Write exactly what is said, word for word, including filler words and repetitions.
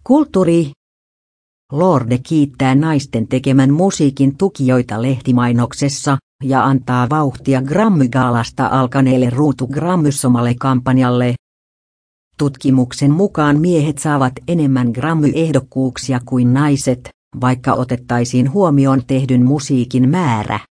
Kulttuuri. Lorde kiittää naisten tekemän musiikin tukijoita lehtimainoksessa ja antaa vauhtia Grammy-gaalasta alkaneelle Ruutu Grammy-somale-kampanjalle. Tutkimuksen mukaan miehet saavat enemmän Grammy-ehdokkuuksia kuin naiset, vaikka otettaisiin huomioon tehdyn musiikin määrä.